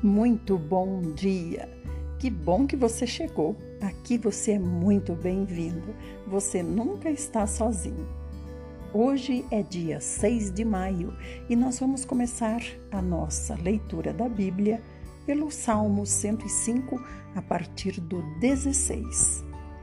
Muito bom dia! Que bom que você chegou! Aqui você é muito bem-vindo. Você nunca está sozinho. Hoje é dia 6 de maio e nós vamos começar a nossa leitura da Bíblia pelo Salmo 105, a partir do 16.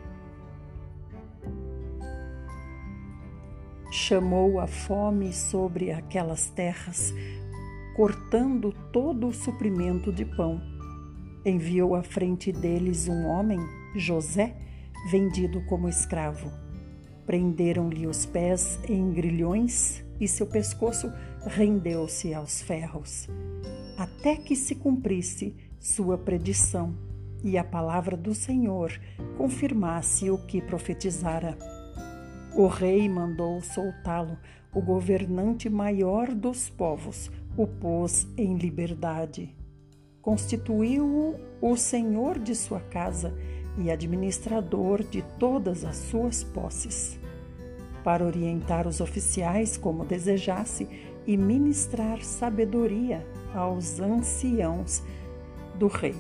Chamou a fome sobre aquelas terras, cortando todo o suprimento de pão. Enviou à frente deles um homem, José, vendido como escravo. Prenderam-lhe os pés em grilhões e seu pescoço rendeu-se aos ferros, até que se cumprisse sua predição e a palavra do Senhor confirmasse o que profetizara. O rei mandou soltá-lo, o governante maior dos povos o pôs em liberdade. Constituiu-o o senhor de sua casa e administrador de todas as suas posses, para orientar os oficiais como desejasse e ministrar sabedoria aos anciãos do rei.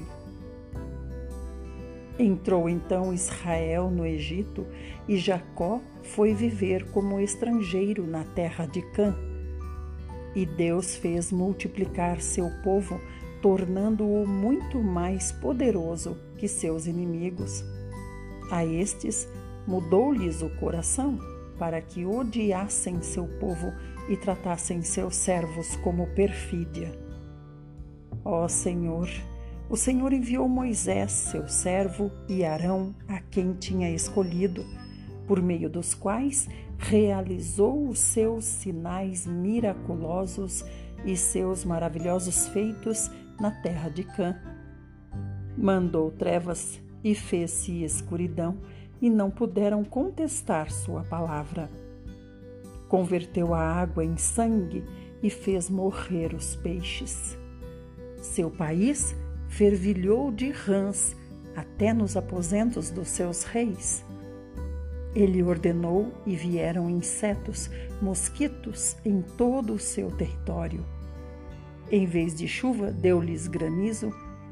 Entrou então Israel no Egito e Jacó foi viver como estrangeiro na terra de Cã. E Deus fez multiplicar seu povo, tornando-o muito mais poderoso que seus inimigos. A estes mudou-lhes o coração, para que odiassem seu povo e tratassem seus servos como perfídia. Ó Senhor, o Senhor enviou Moisés, seu servo, e Arão, a quem tinha escolhido, por meio dos quais realizou os seus sinais miraculosos e seus maravilhosos feitos na terra de Cã. Mandou trevas e fez-se escuridão, e não puderam contestar sua palavra. Converteu a água em sangue e fez morrer os peixes. Seu país fervilhou de rãs até nos aposentos dos seus reis. Ele ordenou e vieram insetos, mosquitos em todo o seu território. Em vez de chuva, deu-lhes granizo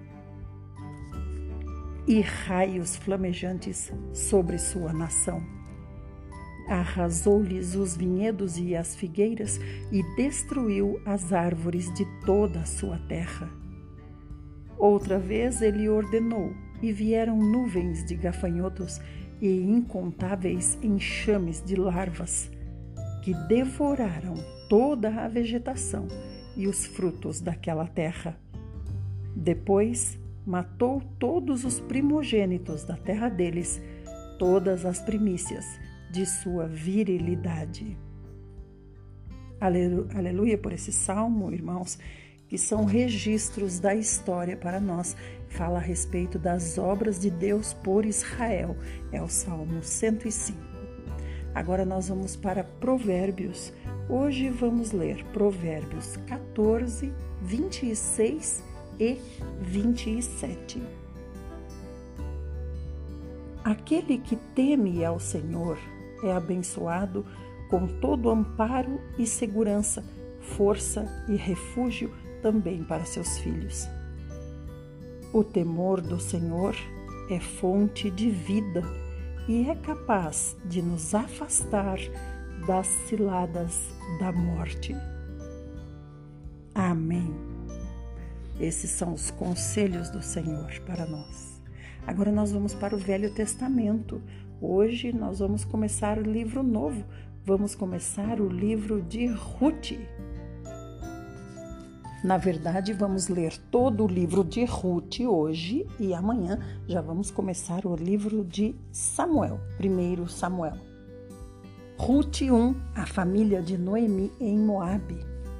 e raios flamejantes sobre sua nação. Arrasou-lhes os vinhedos e as figueiras e destruiu as árvores de toda a sua terra. Outra vez ele ordenou e vieram nuvens de gafanhotos e incontáveis enxames de larvas, que devoraram toda a vegetação e os frutos daquela terra. Depois matou todos os primogênitos da terra deles, todas as primícias de sua virilidade. Aleluia por esse salmo, irmãos, que são registros da história para nós. Fala a respeito das obras de Deus por Israel. É o Salmo 105. Agora nós vamos para Provérbios. Hoje vamos ler Provérbios 14, 26 e 27. Aquele que teme ao Senhor é abençoado com todo amparo e segurança, força e refúgio também para seus filhos. O temor do Senhor é fonte de vida e é capaz de nos afastar das ciladas da morte. Amém. Esses são os conselhos do Senhor para nós. Agora nós vamos para o Velho Testamento. Hoje nós vamos começar o livro novo. Vamos começar o livro de Ruth. Na verdade, vamos ler todo o livro de Ruth hoje e amanhã já vamos começar o livro de Samuel, 1 Samuel. Ruth 1, a família de Noemi em Moabe.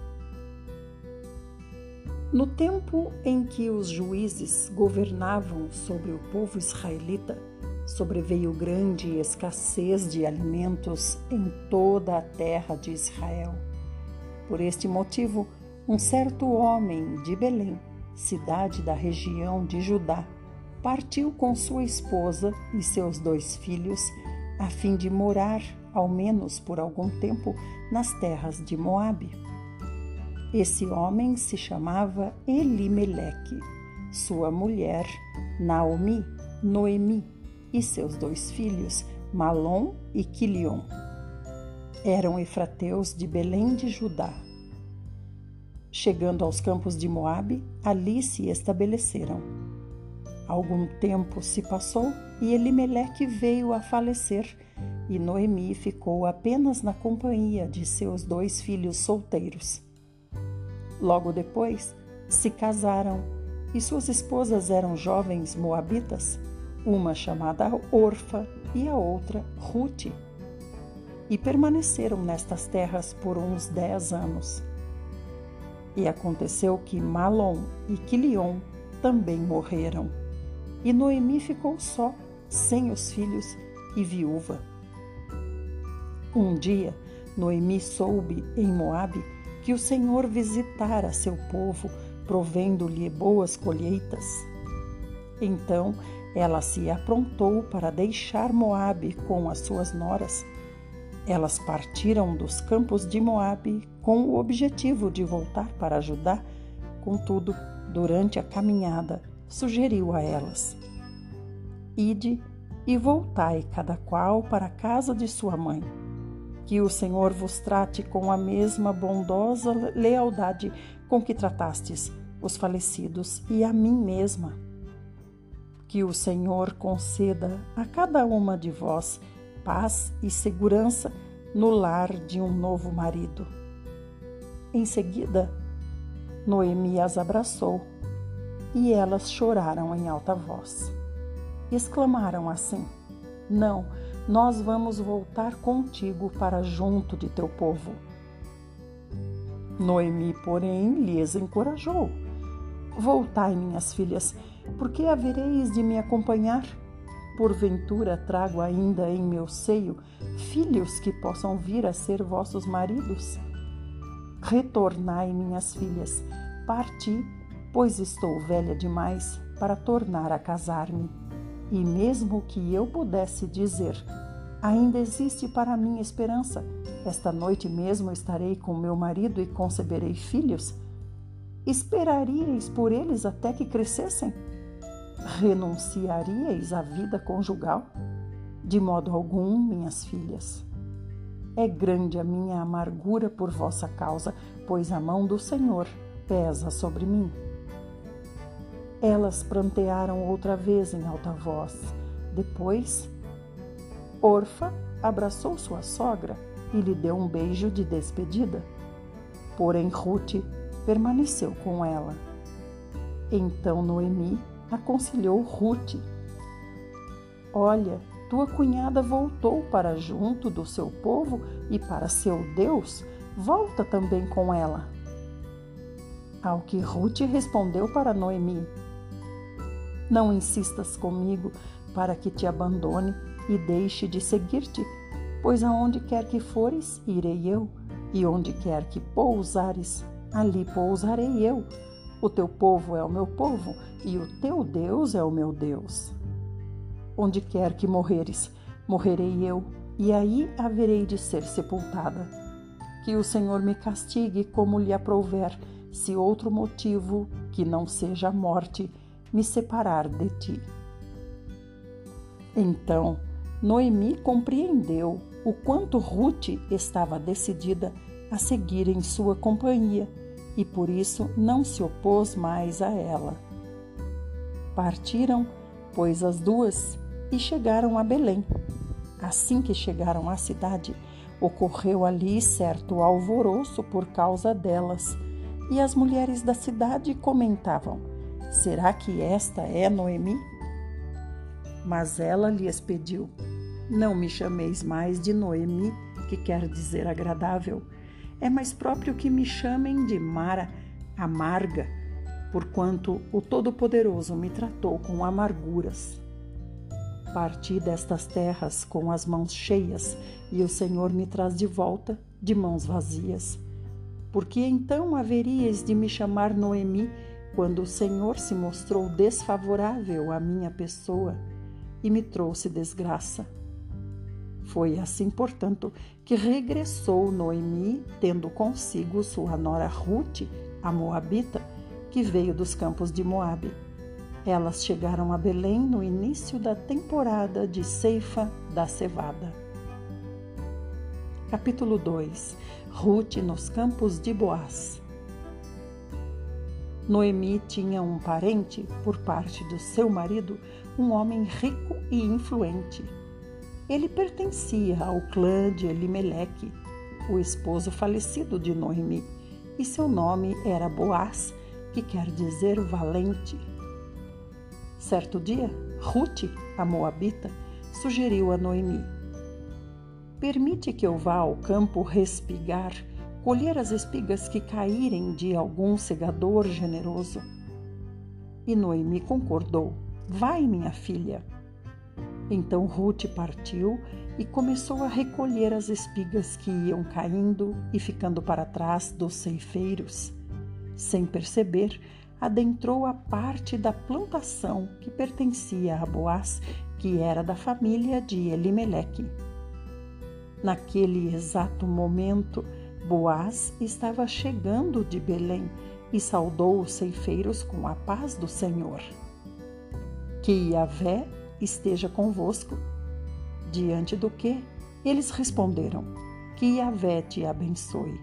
No tempo em que os juízes governavam sobre o povo israelita, sobreveio grande escassez de alimentos em toda a terra de Israel. Por este motivo, um certo homem de Belém, cidade da região de Judá, partiu com sua esposa e seus 2 filhos, a fim de morar, ao menos por algum tempo, nas terras de Moabe. Esse homem se chamava Elimeleque sua mulher, Naomi, Noemi, e seus 2 filhos, Malom e Quilion. Eram efrateus de Belém de Judá. Chegando aos campos de Moabe, ali se estabeleceram. Algum tempo se passou e Elimeleque veio a falecer, e Noemi ficou apenas na companhia de seus 2 filhos solteiros. Logo depois, se casaram, e suas esposas eram jovens moabitas, uma chamada Orfa e a outra Rute, e permaneceram nestas terras por uns 10 anos. E aconteceu que Malom e Quilion também morreram, e Noemi ficou só, sem os filhos e viúva. Um dia, Noemi soube em Moabe que o Senhor visitara seu povo, provendo-lhe boas colheitas. Então, ela se aprontou para deixar Moabe com as suas noras. Elas partiram dos campos de Moabe com o objetivo de voltar para Judá. Contudo, durante a caminhada, sugeriu a elas: Ide e voltai cada qual para a casa de sua mãe. Que o Senhor vos trate com a mesma bondosa lealdade com que tratastes os falecidos e a mim mesma. Que o Senhor conceda a cada uma de vós paz e segurança no lar de um novo marido. Em seguida, Noemi as abraçou e elas choraram em alta voz. Exclamaram assim: Não, nós vamos voltar contigo para junto de teu povo. Noemi, porém, lhes encorajou: Voltai, minhas filhas, porque havereis de me acompanhar? Porventura trago ainda em meu seio filhos que possam vir a ser vossos maridos? Retornai, minhas filhas, parti, pois estou velha demais para tornar a casar-me. E mesmo que eu pudesse dizer: ainda existe para mim esperança, esta noite mesmo estarei com meu marido e conceberei filhos, esperaríeis por eles até que crescessem? Renunciaríeis à vida conjugal? De modo algum, minhas filhas. É grande a minha amargura por vossa causa, pois a mão do Senhor pesa sobre mim. Elas prantearam outra vez em alta voz. Depois, Orfa abraçou sua sogra e lhe deu um beijo de despedida. Porém, Rute permaneceu com ela. Então Noemi aconselhou Rute: Olha, tua cunhada voltou para junto do seu povo e para seu Deus, volta também com ela. Ao que Rute respondeu para Noemi: Não insistas comigo para que te abandone e deixe de seguir-te, pois aonde quer que fores, irei eu, e onde quer que pousares, ali pousarei eu. O teu povo é o meu povo, e o teu Deus é o meu Deus. Onde quer que morreres, morrerei eu, e aí haverei de ser sepultada. Que o Senhor me castigue como lhe aprouver, se outro motivo, que não seja a morte, me separar de ti. Então, Noemi compreendeu o quanto Rute estava decidida a seguir em sua companhia, e por isso não se opôs mais a ela. Partiram, pois, as duas e chegaram a Belém. Assim que chegaram à cidade, ocorreu ali certo alvoroço por causa delas, e as mulheres da cidade comentavam: Será que esta é Noemi? Mas ela lhes pediu: Não me chameis mais de Noemi, que quer dizer agradável. É mais próprio que me chamem de Mara, amarga, porquanto o Todo-Poderoso me tratou com amarguras. Parti destas terras com as mãos cheias, e o Senhor me traz de volta de mãos vazias. Porque então haveríeis de me chamar Noemi, quando o Senhor se mostrou desfavorável à minha pessoa e me trouxe desgraça? Foi assim, portanto, que regressou Noemi, tendo consigo sua nora Rute, a moabita, que veio dos campos de Moabe. Elas chegaram a Belém no início da temporada de ceifa da cevada. Capítulo 2. Rute nos campos de Boaz. Noemi tinha um parente, por parte do seu marido, um homem rico e influente. Ele pertencia ao clã de Elimeleque, o esposo falecido de Noemi, e seu nome era Boaz, que quer dizer valente. Certo dia, Rute, a moabita, sugeriu a Noemi: permite que eu vá ao campo respigar, colher as espigas que caírem de algum segador generoso. E Noemi concordou: vai, minha filha. Então Rute partiu e começou a recolher as espigas que iam caindo e ficando para trás dos ceifeiros. Sem perceber, adentrou a parte da plantação que pertencia a Boaz, que era da família de Elimeleque. Naquele exato momento, Boaz estava chegando de Belém e saudou os ceifeiros com a paz do Senhor. Que Yahvé esteja convosco. Diante do que, eles responderam: que Yahvé te abençoe.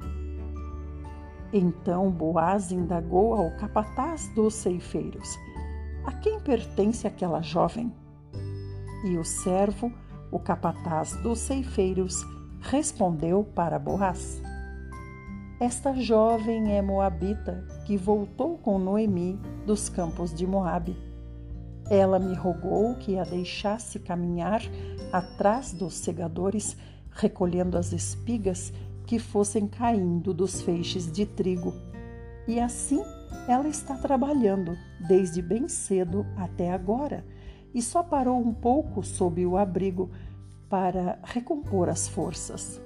Então Boaz indagou ao capataz dos ceifeiros: a quem pertence aquela jovem? E o servo, o capataz dos ceifeiros, respondeu para Boaz: esta jovem é moabita, que voltou com Noemi dos campos de Moabe. Ela me rogou que a deixasse caminhar atrás dos segadores, recolhendo as espigas que fossem caindo dos feixes de trigo. E assim ela está trabalhando desde bem cedo até agora, e só parou um pouco sob o abrigo para recompor as forças.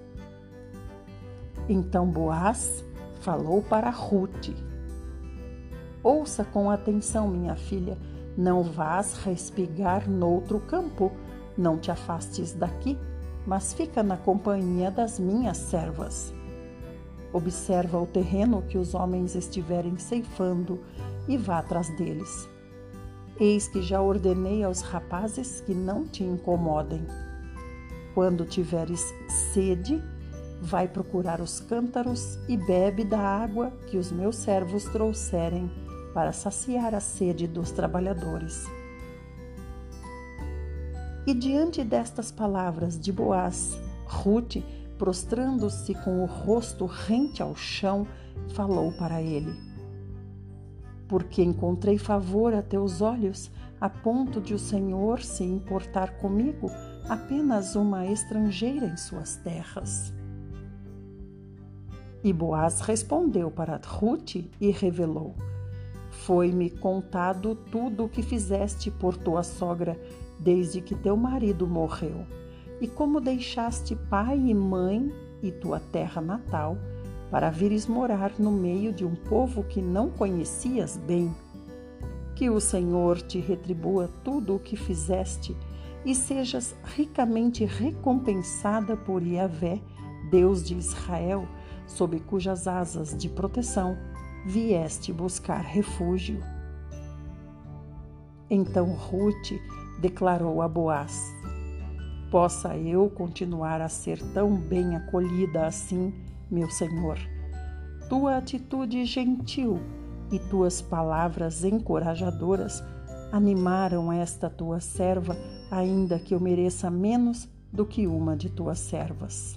Então Boaz falou para Rute: ouça com atenção, minha filha, não vás respigar noutro campo, não te afastes daqui, mas fica na companhia das minhas servas. Observa o terreno que os homens estiverem ceifando e vá atrás deles. Eis que já ordenei aos rapazes que não te incomodem. Quando tiveres sede, vai procurar os cântaros e bebe da água que os meus servos trouxerem para saciar a sede dos trabalhadores. E diante destas palavras de Boaz, Rute, prostrando-se com o rosto rente ao chão, falou para ele: porque encontrei favor a teus olhos, a ponto de o Senhor se importar comigo, apenas uma estrangeira em suas terras. E Boaz respondeu para Rute e revelou: foi-me contado tudo o que fizeste por tua sogra, desde que teu marido morreu, e como deixaste pai e mãe e tua terra natal, para vires morar no meio de um povo que não conhecias bem. Que o Senhor te retribua tudo o que fizeste, e sejas ricamente recompensada por Yahvé, Deus de Israel, sob cujas asas de proteção vieste buscar refúgio. Então Rute declarou a Boaz: possa eu continuar a ser tão bem acolhida assim, meu senhor. Tua atitude gentil e tuas palavras encorajadoras animaram esta tua serva, ainda que eu mereça menos do que uma de tuas servas.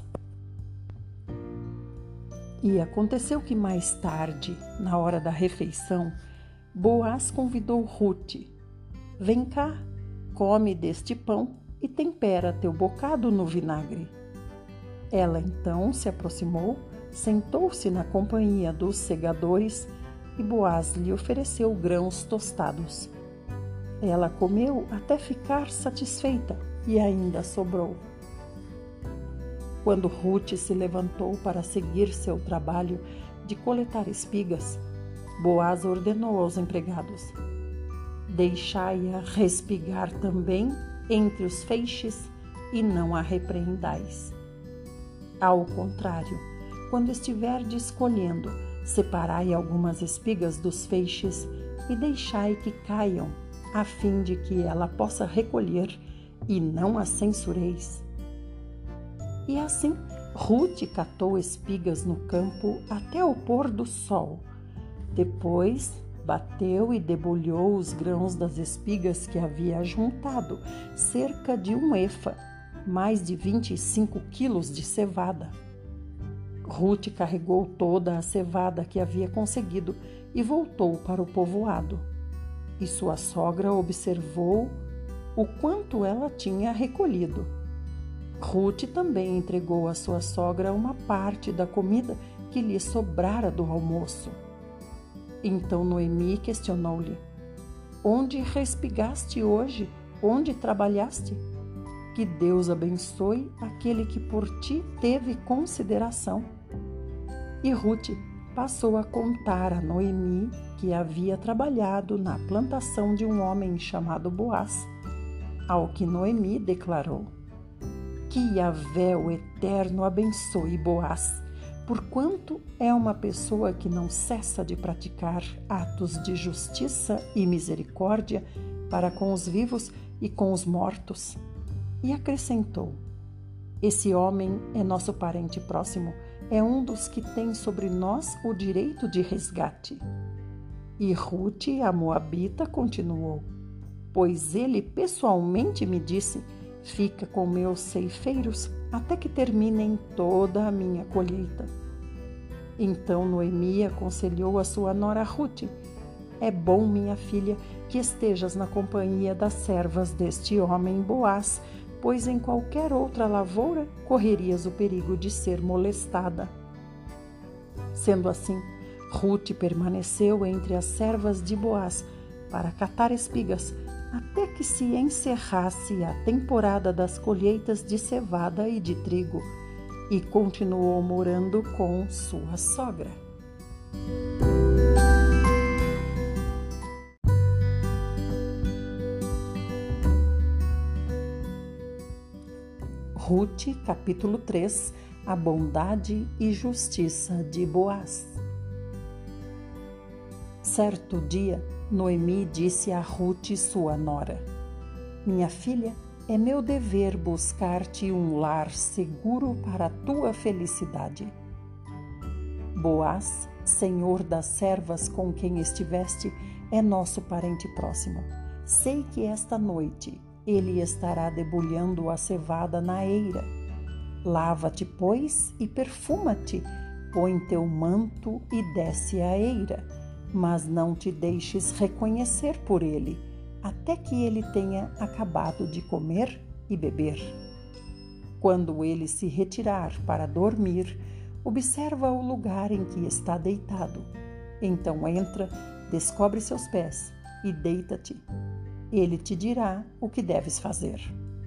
E aconteceu que mais tarde, na hora da refeição, Boaz convidou Rute: vem cá, come deste pão e tempera teu bocado no vinagre. Ela então se aproximou, sentou-se na companhia dos segadores e Boaz lhe ofereceu grãos tostados. Ela comeu até ficar satisfeita e ainda sobrou. Quando Rute se levantou para seguir seu trabalho de coletar espigas, Boaz ordenou aos empregados: deixai-a respigar também entre os feixes e não a repreendais. Ao contrário, quando estiverdes colhendo, separai algumas espigas dos feixes e deixai que caiam, a fim de que ela possa recolher e não a censureis. E assim Ruth catou espigas no campo até o pôr do sol. Depois bateu e debulhou os grãos das espigas que havia juntado, cerca de 1 efa, mais de 25 quilos de cevada. Ruth carregou toda a cevada que havia conseguido e voltou para o povoado. E sua sogra observou o quanto ela tinha recolhido. Ruth também entregou à sua sogra uma parte da comida que lhe sobrara do almoço. Então Noemi questionou-lhe: Onde respigaste hoje? Onde trabalhaste? Que Deus abençoe aquele que por ti teve consideração. E Ruth passou a contar a Noemi que havia trabalhado na plantação de um homem chamado Boaz, ao que Noemi declarou: Que Yahvé, o Eterno, abençoe Boaz, porquanto é uma pessoa que não cessa de praticar atos de justiça e misericórdia para com os vivos e com os mortos. E acrescentou: Esse homem é nosso parente próximo, é um dos que tem sobre nós o direito de resgate. E Ruth, a moabita, continuou: Pois ele pessoalmente me disse: Fica com meus ceifeiros até que terminem toda a minha colheita. Então Noemi aconselhou a sua nora Ruth: É bom, minha filha, que estejas na companhia das servas deste homem Boaz, pois em qualquer outra lavoura correrias o perigo de ser molestada. Sendo assim, Ruth permaneceu entre as servas de Boaz para catar espigas, até que se encerrasse a temporada das colheitas de cevada e de trigo, e continuou morando com sua sogra. Ruth, capítulo 3, a bondade e justiça de Boaz. Certo dia, Noemi disse a Ruth, sua nora: Minha filha, é meu dever buscar-te um lar seguro para a tua felicidade. Boaz, senhor das servas com quem estiveste, é nosso parente próximo. Sei que esta noite ele estará debulhando a cevada na eira. Lava-te, pois, e perfuma-te, põe teu manto e desce a eira, mas não te deixes reconhecer por ele, até que ele tenha acabado de comer e beber. Quando ele se retirar para dormir, observa o lugar em que está deitado. Então entra, descobre seus pés e deita-te. Ele te dirá o que deves fazer.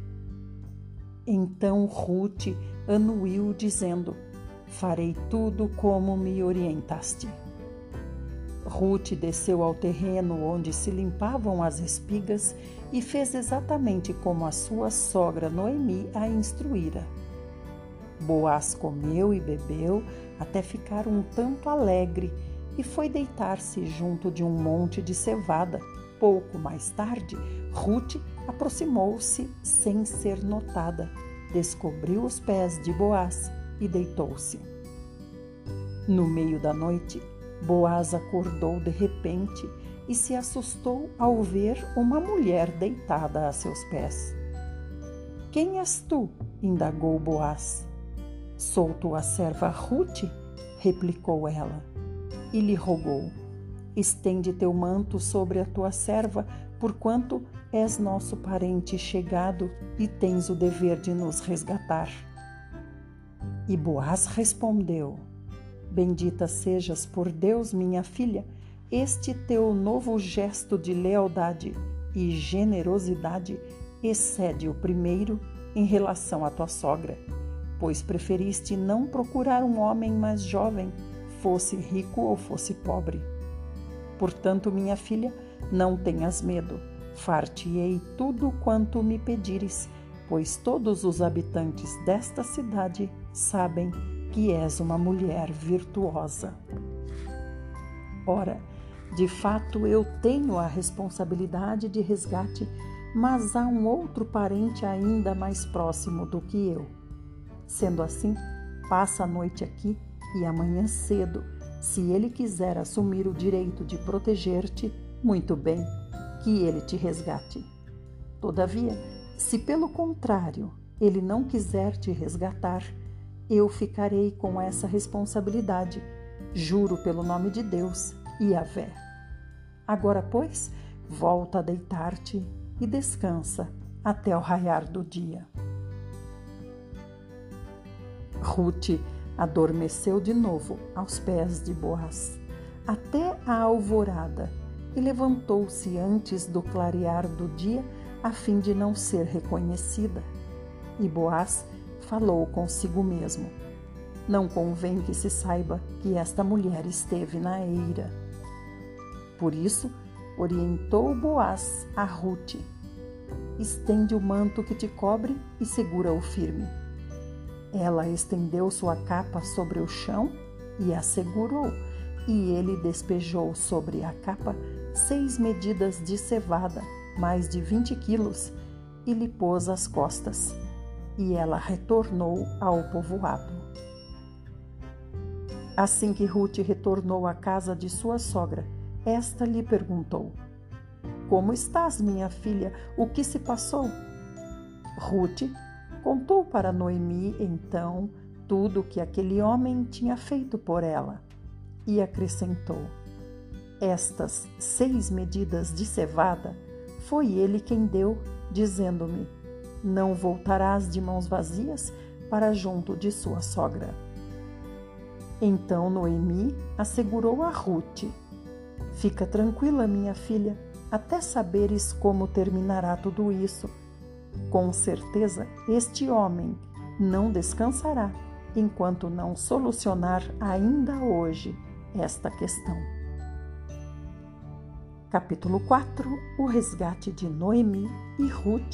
Então Ruth anuiu, dizendo: Farei tudo como me orientaste. Ruth desceu ao terreno onde se limpavam as espigas e fez exatamente como a sua sogra Noemi a instruíra. Boaz comeu e bebeu até ficar um tanto alegre e foi deitar-se junto de um monte de cevada. Pouco mais tarde, Ruth aproximou-se sem ser notada, descobriu os pés de Boaz e deitou-se. No meio da noite, Boaz acordou de repente e se assustou ao ver uma mulher deitada a seus pés. — Quem és tu? Indagou Boaz. — Sou tua serva Ruth, replicou ela, e lhe rogou: Estende teu manto sobre a tua serva, porquanto és nosso parente chegado e tens o dever de nos resgatar. E Boaz respondeu: Bendita sejas por Deus, minha filha, este teu novo gesto de lealdade e generosidade excede o primeiro em relação à tua sogra, pois preferiste não procurar um homem mais jovem, fosse rico ou fosse pobre. Portanto, minha filha, não tenhas medo, far-te-ei tudo quanto me pedires, pois todos os habitantes desta cidade sabem que és uma mulher virtuosa. Ora, De fato, eu tenho a responsabilidade de resgate, mas há um outro parente ainda mais próximo do que eu. Sendo assim, passa a noite aqui e amanhã cedo, se ele quiser assumir o direito de proteger-te, muito bem, que ele te resgate. Todavia, se pelo contrário ele não quiser te resgatar, eu ficarei com essa responsabilidade, juro pelo nome de Deus e Yahvé. Agora, pois, volta a deitar-te e descansa até o raiar do dia. Ruth adormeceu de novo aos pés de Boaz, até a alvorada, e levantou-se antes do clarear do dia, a fim de não ser reconhecida. E Boaz falou consigo mesmo: não convém que se saiba que esta mulher esteve na eira. Por isso, orientou Boaz a Ruth: estende o manto que te cobre e segura-o firme. Ela estendeu sua capa sobre o chão e a segurou, e ele despejou sobre a capa 6 medidas de cevada, mais de 20 quilos, e lhe pôs às costas. E ela retornou ao povoado. Assim que Ruth retornou à casa de sua sogra, esta lhe perguntou: como estás, minha filha? O que se passou? Ruth contou para Noemi, então, tudo o que aquele homem tinha feito por ela, e acrescentou: estas 6 medidas de cevada foi ele quem deu, dizendo-me: não voltarás de mãos vazias para junto de sua sogra. Então Noemi assegurou a Ruth: fica tranquila, minha filha, até saberes como terminará tudo isso. Com certeza, este homem não descansará enquanto não solucionar ainda hoje esta questão. Capítulo 4. O resgate de Noemi e Ruth.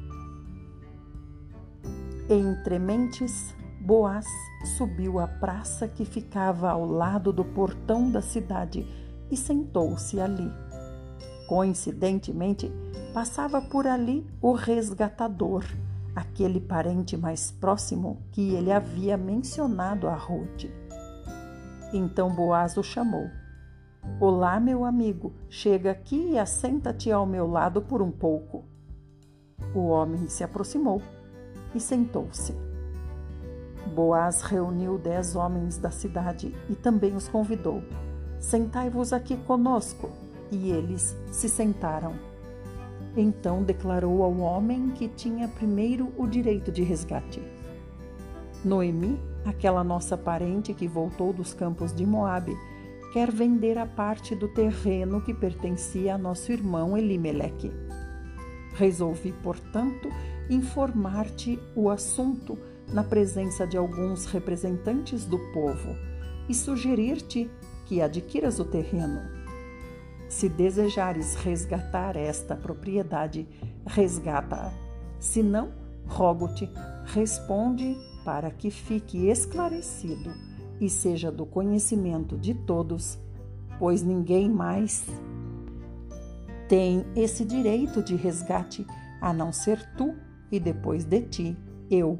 Entre mentes, Boaz subiu à praça que ficava ao lado do portão da cidade e sentou-se ali. Coincidentemente, passava por ali o resgatador, aquele parente mais próximo que ele havia mencionado a Ruth. Então Boaz o chamou: olá, meu amigo, chega aqui e assenta-te ao meu lado por um pouco. O homem se aproximou e sentou-se. Boaz reuniu 10 homens da cidade e também os convidou: sentai-vos aqui conosco. E eles se sentaram. Então declarou ao homem que tinha primeiro o direito de resgate: Noemi, aquela nossa parente que voltou dos campos de Moabe, quer vender a parte do terreno que pertencia a nosso irmão Elimeleque. Resolvi, portanto, informar-te o assunto na presença de alguns representantes do povo e sugerir-te que adquiras o terreno. Se desejares resgatar esta propriedade, resgata-a. Se não, rogo-te, responde para que fique esclarecido e seja do conhecimento de todos, pois ninguém mais tem esse direito de resgate a não ser tu e depois de ti, eu.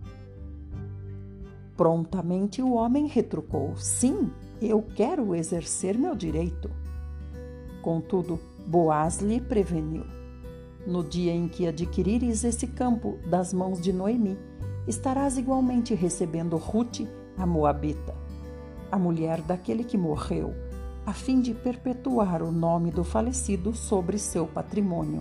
Prontamente o homem retrucou: sim, eu quero exercer meu direito. Contudo, Boaz lhe preveniu: no dia em que adquirires esse campo das mãos de Noemi, estarás igualmente recebendo Ruth, a Moabita, a mulher daquele que morreu, a fim de perpetuar o nome do falecido sobre seu patrimônio.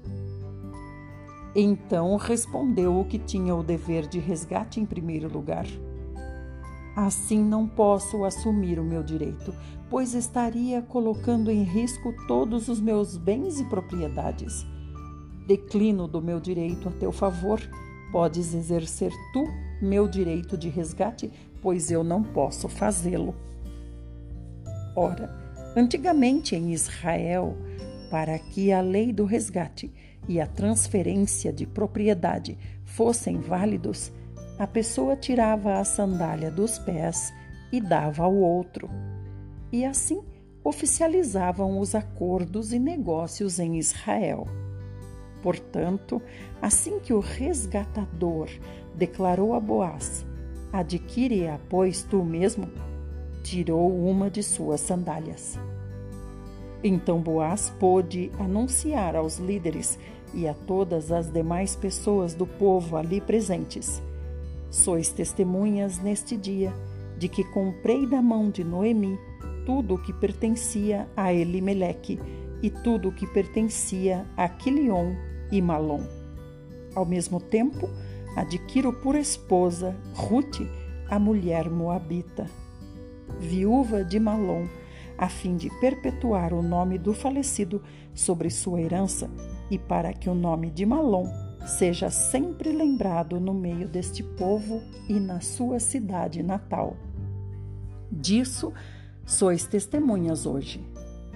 Então respondeu o que tinha o dever de resgate em primeiro lugar: assim não posso assumir o meu direito, pois estaria colocando em risco todos os meus bens e propriedades. Declino do meu direito a teu favor, podes exercer tu meu direito de resgate, pois eu não posso fazê-lo. Ora, antigamente em Israel, para que a lei do resgate e a transferência de propriedade fossem válidos, a pessoa tirava a sandália dos pés e dava ao outro. E assim, oficializavam os acordos e negócios em Israel. Portanto, assim que o resgatador declarou a Boaz: "Adquire-a, pois, tu mesmo", tirou uma de suas sandálias. Então Boaz pôde anunciar aos líderes e a todas as demais pessoas do povo ali presentes: "Sois testemunhas neste dia de que comprei da mão de Noemi tudo o que pertencia a Elimeleque e tudo o que pertencia a Quilion e Malom. Ao mesmo tempo, adquiro por esposa Rute, a mulher moabita, viúva de Malom, a fim de perpetuar o nome do falecido sobre sua herança e para que o nome de Malom seja sempre lembrado no meio deste povo e na sua cidade natal. Disso sois testemunhas hoje."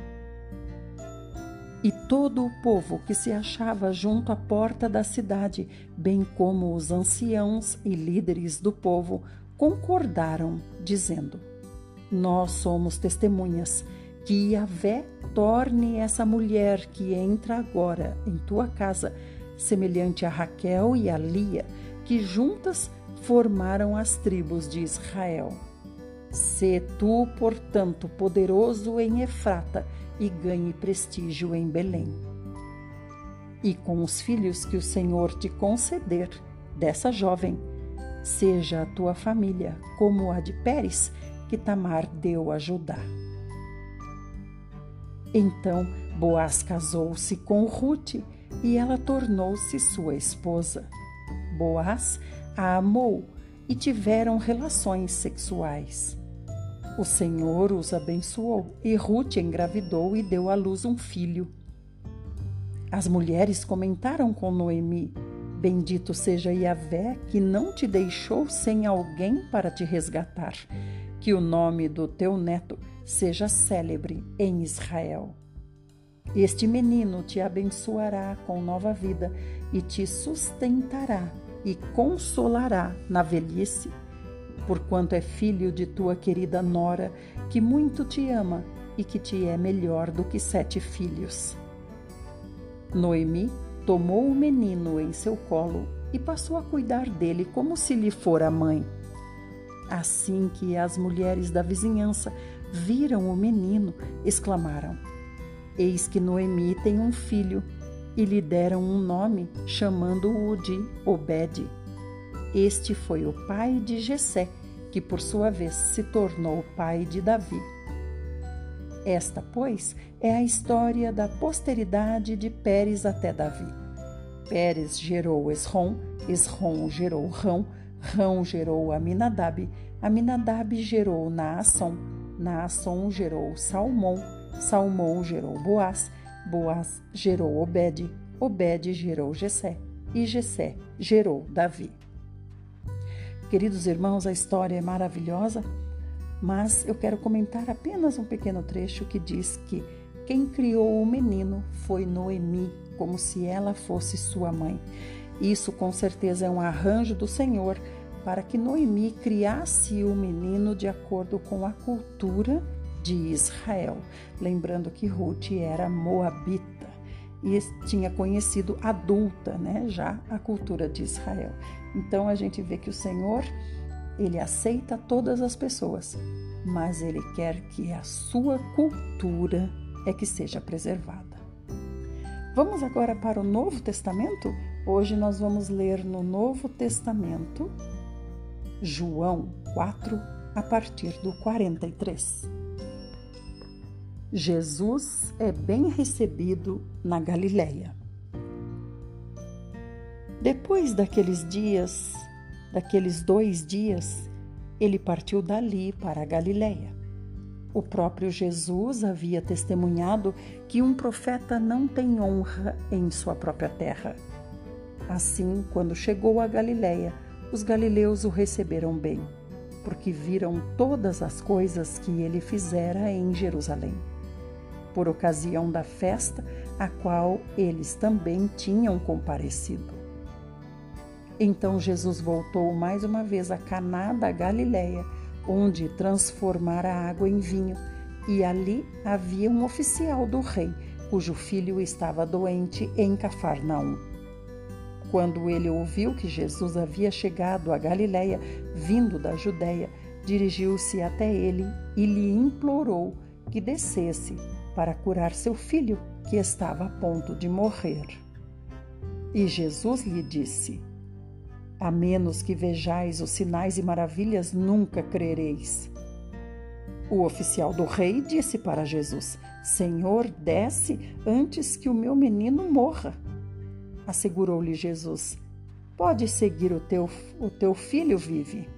E todo o povo que se achava junto à porta da cidade, bem como os anciãos e líderes do povo, concordaram, dizendo: "Nós somos testemunhas que Yahvé torne essa mulher que entra agora em tua casa, semelhante a Raquel e a Lia, que juntas formaram as tribos de Israel. Sê tu, portanto, poderoso em Efrata e ganhe prestígio em Belém. E com os filhos que o Senhor te conceder dessa jovem, seja a tua família como a de Pérez, que Tamar deu a Judá." Então Boaz casou-se com Rute e ela tornou-se sua esposa. Boaz a amou e tiveram relações sexuais. O Senhor os abençoou e Rute engravidou e deu à luz um filho. As mulheres comentaram com Noemi: "Bendito seja Yahvé, que não te deixou sem alguém para te resgatar. Que o nome do teu neto seja célebre em Israel. Este menino te abençoará com nova vida e te sustentará e consolará na velhice, porquanto é filho de tua querida nora, que muito te ama e que te é melhor do que 7 filhos." Noemi tomou o menino em seu colo e passou a cuidar dele como se lhe fora mãe. Assim que as mulheres da vizinhança viram o menino, exclamaram: "Eis que Noemi tem um filho", e lhe deram um nome, chamando-o de Obed. Este foi o pai de Jessé, que por sua vez se tornou pai de Davi. Esta, pois, é a história da posteridade de Pérez até Davi. Pérez gerou Esrom, Esrom gerou Rão, Rão gerou Aminadab, Aminadab gerou Naasson, Naasson gerou Salmão, Salmão gerou Boaz, Boaz gerou Obed, Obed gerou Jessé e Jessé gerou Davi. Queridos irmãos, a história é maravilhosa, mas eu quero comentar apenas um pequeno trecho que diz que quem criou o menino foi Noemi, como se ela fosse sua mãe. Isso com certeza é um arranjo do Senhor para que Noemi criasse o menino de acordo com a cultura de Israel. Lembrando que Rute era moabita e tinha conhecido adulta, já a cultura de Israel. Então a gente vê que o Senhor, ele aceita todas as pessoas, mas ele quer que a sua cultura é que seja preservada. Vamos agora para o Novo Testamento? Hoje nós vamos ler no Novo Testamento, João 4, a partir do 43. Jesus é bem recebido na Galileia. Depois daqueles 2 dias, ele partiu dali para a Galileia. O próprio Jesus havia testemunhado que um profeta não tem honra em sua própria terra. Assim, quando chegou a Galileia, os galileus o receberam bem, porque viram todas as coisas que ele fizera em Jerusalém, por ocasião da festa a qual eles também tinham comparecido. Então Jesus voltou mais uma vez a Caná da Galileia, onde transformara a água em vinho, e ali havia um oficial do rei, cujo filho estava doente em Cafarnaum. Quando ele ouviu que Jesus havia chegado a Galiléia, vindo da Judéia, dirigiu-se até ele e lhe implorou que descesse para curar seu filho, que estava a ponto de morrer. E Jesus lhe disse: a menos que vejais os sinais e maravilhas, nunca crereis. O oficial do rei disse para Jesus: Senhor, desce antes que o meu menino morra. Assegurou-lhe Jesus: pode seguir, o teu filho vive.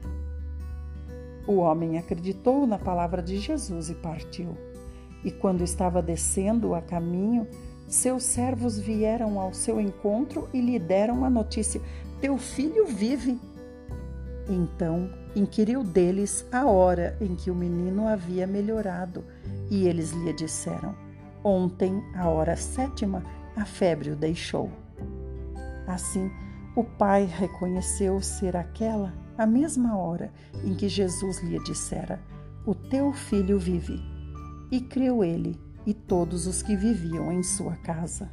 O homem acreditou na palavra de Jesus e partiu. E quando estava descendo a caminho, seus servos vieram ao seu encontro e lhe deram a notícia: teu filho vive. Então inquiriu deles a hora em que o menino havia melhorado, e eles lhe disseram: ontem, à hora 7ª, a febre o deixou. Assim, o pai reconheceu ser aquela a mesma hora em que Jesus lhe dissera: o teu filho vive. E creu ele e todos os que viviam em sua casa.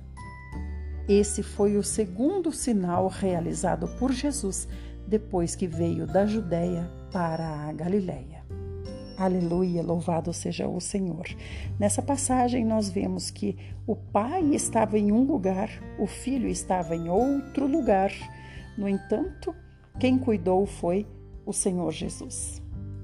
Esse foi o segundo sinal realizado por Jesus depois que veio da Judéia para a Galiléia. Aleluia, louvado seja o Senhor. Nessa passagem nós vemos que o pai estava em um lugar, o filho estava em outro lugar. No entanto, quem cuidou foi o Senhor Jesus.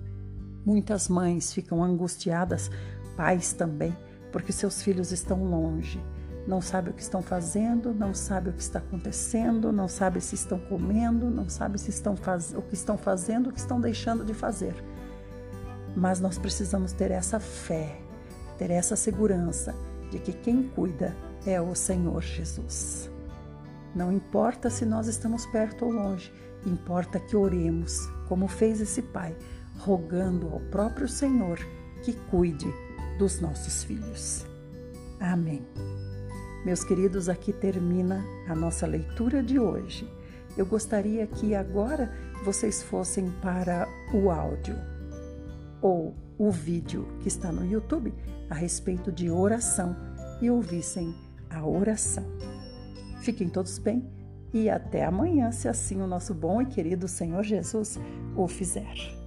Muitas mães ficam angustiadas, pais também, porque seus filhos estão longe. Não sabe o que estão fazendo, não sabe o que está acontecendo, não sabe se estão comendo, não sabe se o que estão fazendo, o que estão deixando de fazer. Mas nós precisamos ter essa fé, ter essa segurança de que quem cuida é o Senhor Jesus. Não importa se nós estamos perto ou longe, importa que oremos, como fez esse pai, rogando ao próprio Senhor que cuide dos nossos filhos. Amém. Meus queridos, aqui termina a nossa leitura de hoje. Eu gostaria que agora vocês fossem para o áudio ou o vídeo que está no YouTube a respeito de oração e ouvissem a oração. Fiquem todos bem e até amanhã, se assim o nosso bom e querido Senhor Jesus o fizer.